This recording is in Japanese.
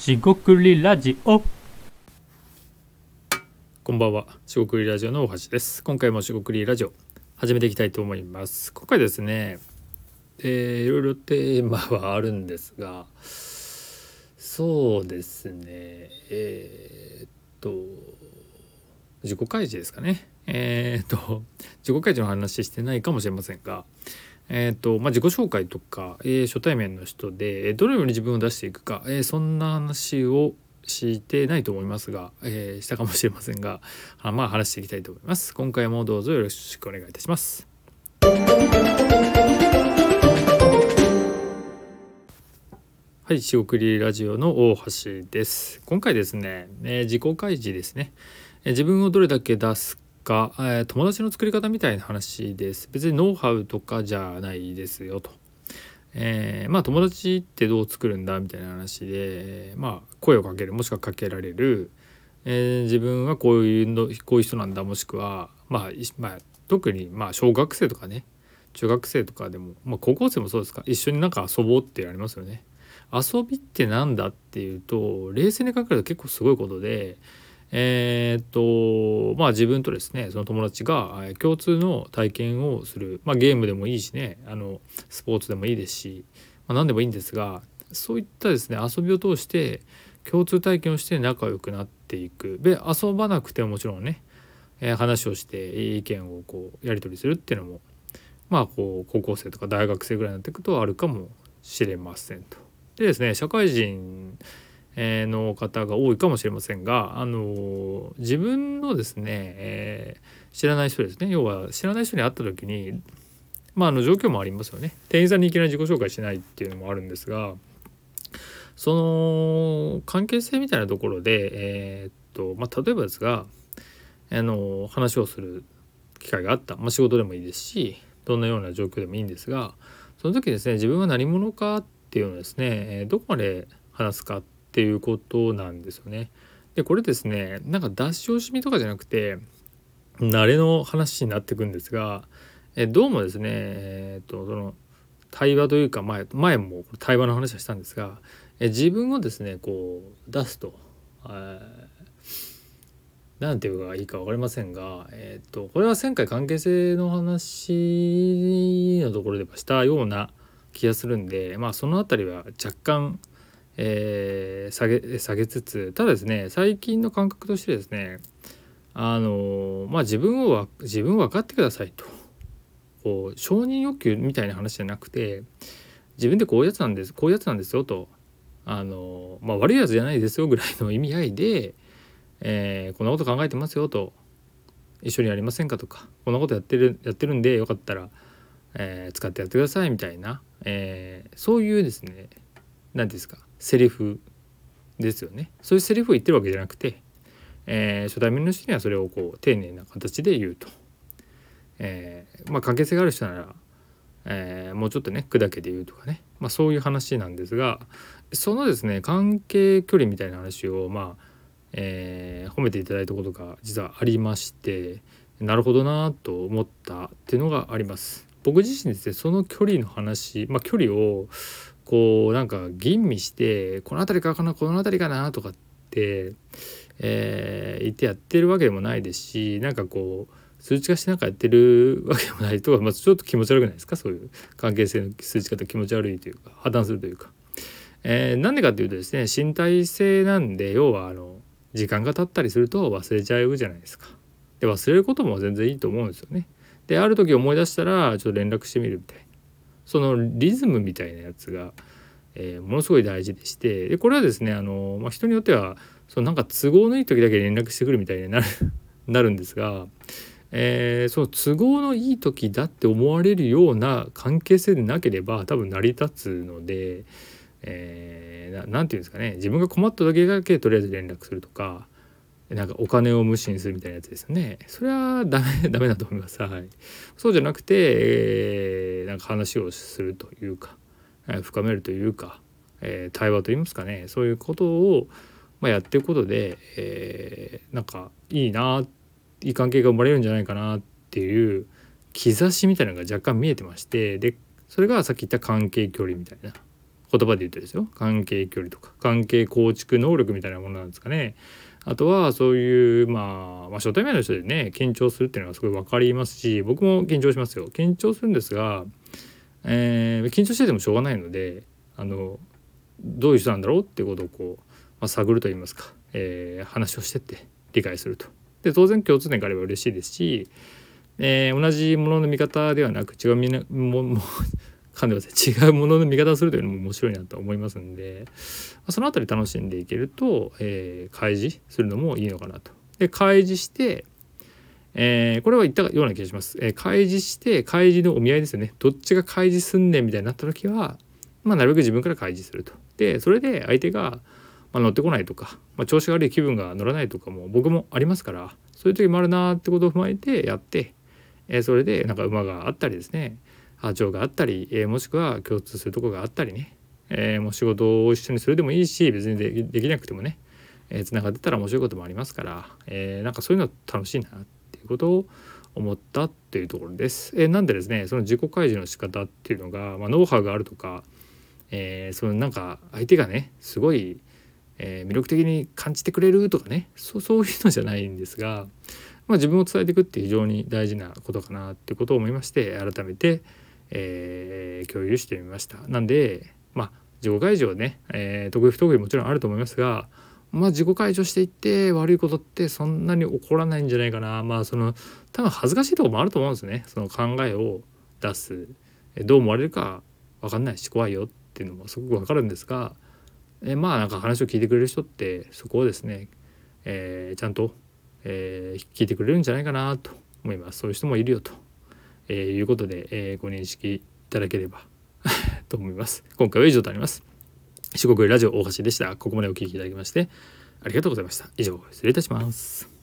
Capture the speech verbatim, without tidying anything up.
しごくりラジオ。 こんばんは、しごくりラジオの大橋です。今回もしごくりラジオ始めていきたいと思います。今回ですね、えー、いろいろテーマはあるんですが、そうですねえー、っと自己開示ですかね。えー、っと自己開示の話してないかもしれませんが、えーとまあ、自己紹介とか、えー、初対面の人でどのように自分を出していくか、えー、そんな話をしてないと思いますが、えー、したかもしれませんが、あまあ話していきたいと思います。今回もどうぞよろしくお願いいたします。はい、しごくりラジオの大橋です。今回ですね、えー、自己開示ですね、えー、自分をどれだけ出すか、えー、友達の作り方みたいな話です。別にノウハウとかじゃないですよと。えー、まあ友達ってどう作るんだみたいな話で、まあ声をかける、もしくはかけられる、えー、自分はこういうのこういう人なんだ、もしくはまあ、まあ、特にまあ小学生とかね、中学生とかでも、まあ、高校生もそうですか、一緒になんか遊ぼうってありますよね。遊びってなんだっていうと、冷静に考えると結構すごいことで、えー、っとまあ自分とですね、その友達が共通の体験をする、まあ、ゲームでもいいしね、あのスポーツでもいいですし、まあ、何でもいいんですが、そういったですね遊びを通して共通体験をして仲良くなっていく。で、遊ばなくてももちろんね、えー、話をして意見をこうやり取りするっていうのも、まあこう高校生とか大学生ぐらいになっていくとあるかもしれませんと。でですね、社会人の方が多いかもしれませんが、あの自分のですね、えー、知らない人ですね、要は知らない人に会った時に、まああの状況もありますよね。店員さんにいきなり自己紹介しないっていうのもあるんですが、その関係性みたいなところで、えー、っとまあ例えばですが、あの話をする機会があった、まあ、仕事でもいいですし、どんなような状況でもいいんですが、その時ですね、自分は何者かっていうのをですね、どこまで話すかっていうことなんですよね。でこれですね、なんか出し惜しみとかじゃなくて慣れの話になっていくんですが、えどうもですね、えー、とその対話というか、前前も対話の話はしたんですが、え自分をですねこう出すと、なんていうかいいか分かりませんが、えー、とこれは前回関係性の話のところでしたような気がするんで、まあそのあたりは若干、えー、下げ下げつつ、ただですね、最近の感覚としてですね、あのまあ自分を自分を分かってくださいと、こう承認欲求みたいな話じゃなくて、自分でこういうやつなんですこういうやつなんですよと、あのまあ悪いやつじゃないですよぐらいの意味合いで、えー、こんなこと考えてますよと、一緒にやりませんかとか、こんなことやってるやってるんでよかったら、えー、使ってやってくださいみたいな、えー、そういうですね、何ですか、セリフですよね。そういうセリフを言ってるわけじゃなくて、えー、初対面の人にはそれをこう丁寧な形で言うと、えー、まあ関係性がある人なら、えー、もうちょっとね砕けて言うとかね、まあそういう話なんですが、そのですね関係距離みたいな話をまあ、えー、褒めていただいたことが実はありまして、なるほどなと思ったっていうのがあります。僕自身ですね、その距離の話、まあ距離をこうなんか吟味して、この辺りかなこの辺りかなとかって、えー、言ってやってるわけでもないですし、なんかこう数値化してなんかやってるわけでもないとか、まあ、ちょっと気持ち悪くないですか、そういう関係性の数値化って気持ち悪いというか破綻するというか、えー、なんでかっていうとですね、身体性なんで、要はあの時間が経ったりすると忘れちゃうじゃないですか。で忘れることも全然いいと思うんですよね。である時思い出したらちょっと連絡してみるみたいな、そのリズムみたいなやつが、えー、ものすごい大事でして、でこれはですね、あの、まあ、人によってはそのなんか都合のいい時だけ連絡してくるみたいになるなるんですが、えー、その都合のいい時だって思われるような関係性でなければ多分成り立つので、えー、ななんていうんですかね、自分が困った時だけとりあえず連絡するとか、なんかお金を無視にするみたいなやつですね。それはダメダメだと思います。はい。そうじゃなくて、えー、なんか話をするというか、えー、深めるというか、えー、対話といいますかね、そういうことを、まあ、やっていくことで、えー、なんかいいないい関係が生まれるんじゃないかなっていう兆しみたいなのが若干見えてまして、でそれがさっき言った関係距離みたいな言葉で言ってですよ、関係距離とか関係構築能力みたいなものなんですかね。あとはそういう、まあ、まあ初対面の人でね緊張するっていうのはすごい分かりますし、僕も緊張しますよ。緊張するんですが、えー、緊張しててもしょうがないので、あのどういう人なんだろうっていうことをこう、まあ、探るといいますか、えー、話をしてって理解すると。で当然共通点があれば嬉しいですし、えー、同じものの見方ではなく違うみなもも噛んでません違うものの見方をするというのも面白いなと思いますんで、そのあたり楽しんでいけると、えー、開示するのもいいのかなと。で開示して、えー、これは言ったような気がします。えー、開示して開示のお見合いですよね。どっちが開示すんねんみたいになった時は、まあ、なるべく自分から開示すると。でそれで相手が、まあ、乗ってこないとか、まあ、調子が悪い気分が乗らないとかも僕もありますから、そういう時もあるなってことを踏まえてやって、えー、それでなんか馬があったりですね、波長があったり、えー、もしくは共通するところがあったりね、えー、もう仕事を一緒にするでもいいし、別に で, できなくてもね、えー、つながってたら面白いこともありますから、えー、なんかそういうの楽しいなっていうことを思ったっていうところです。えー、なんでですね、その自己開示の仕方っていうのが、まあ、ノウハウがあるとか、えー、そのなんか相手がねすごい、えー、魅力的に感じてくれるとかね、そ う, そういうのじゃないんですが、まあ、自分を伝えていくって非常に大事なことかなっていうことを思いまして、改めてえー、共有してみました。なんでまあ自己開示はね、えー、得意不得意もちろんあると思いますが、まあ自己開示をしていって悪いことってそんなに起こらないんじゃないかな。まあその多分恥ずかしいところもあると思うんですね。その考えを出す、どう思われるか分かんないし怖いよっていうのもすごく分かるんですが、えー、まあなんか話を聞いてくれる人ってそこをですね、えー、ちゃんと、えー、聞いてくれるんじゃないかなと思います。そういう人もいるよと。えー、いうことで、えー、ご認識いただければと思います。今回は以上となります。四国ラジオ大橋でした。ここまでお聞きいただきましてありがとうございました。以上失礼いたします。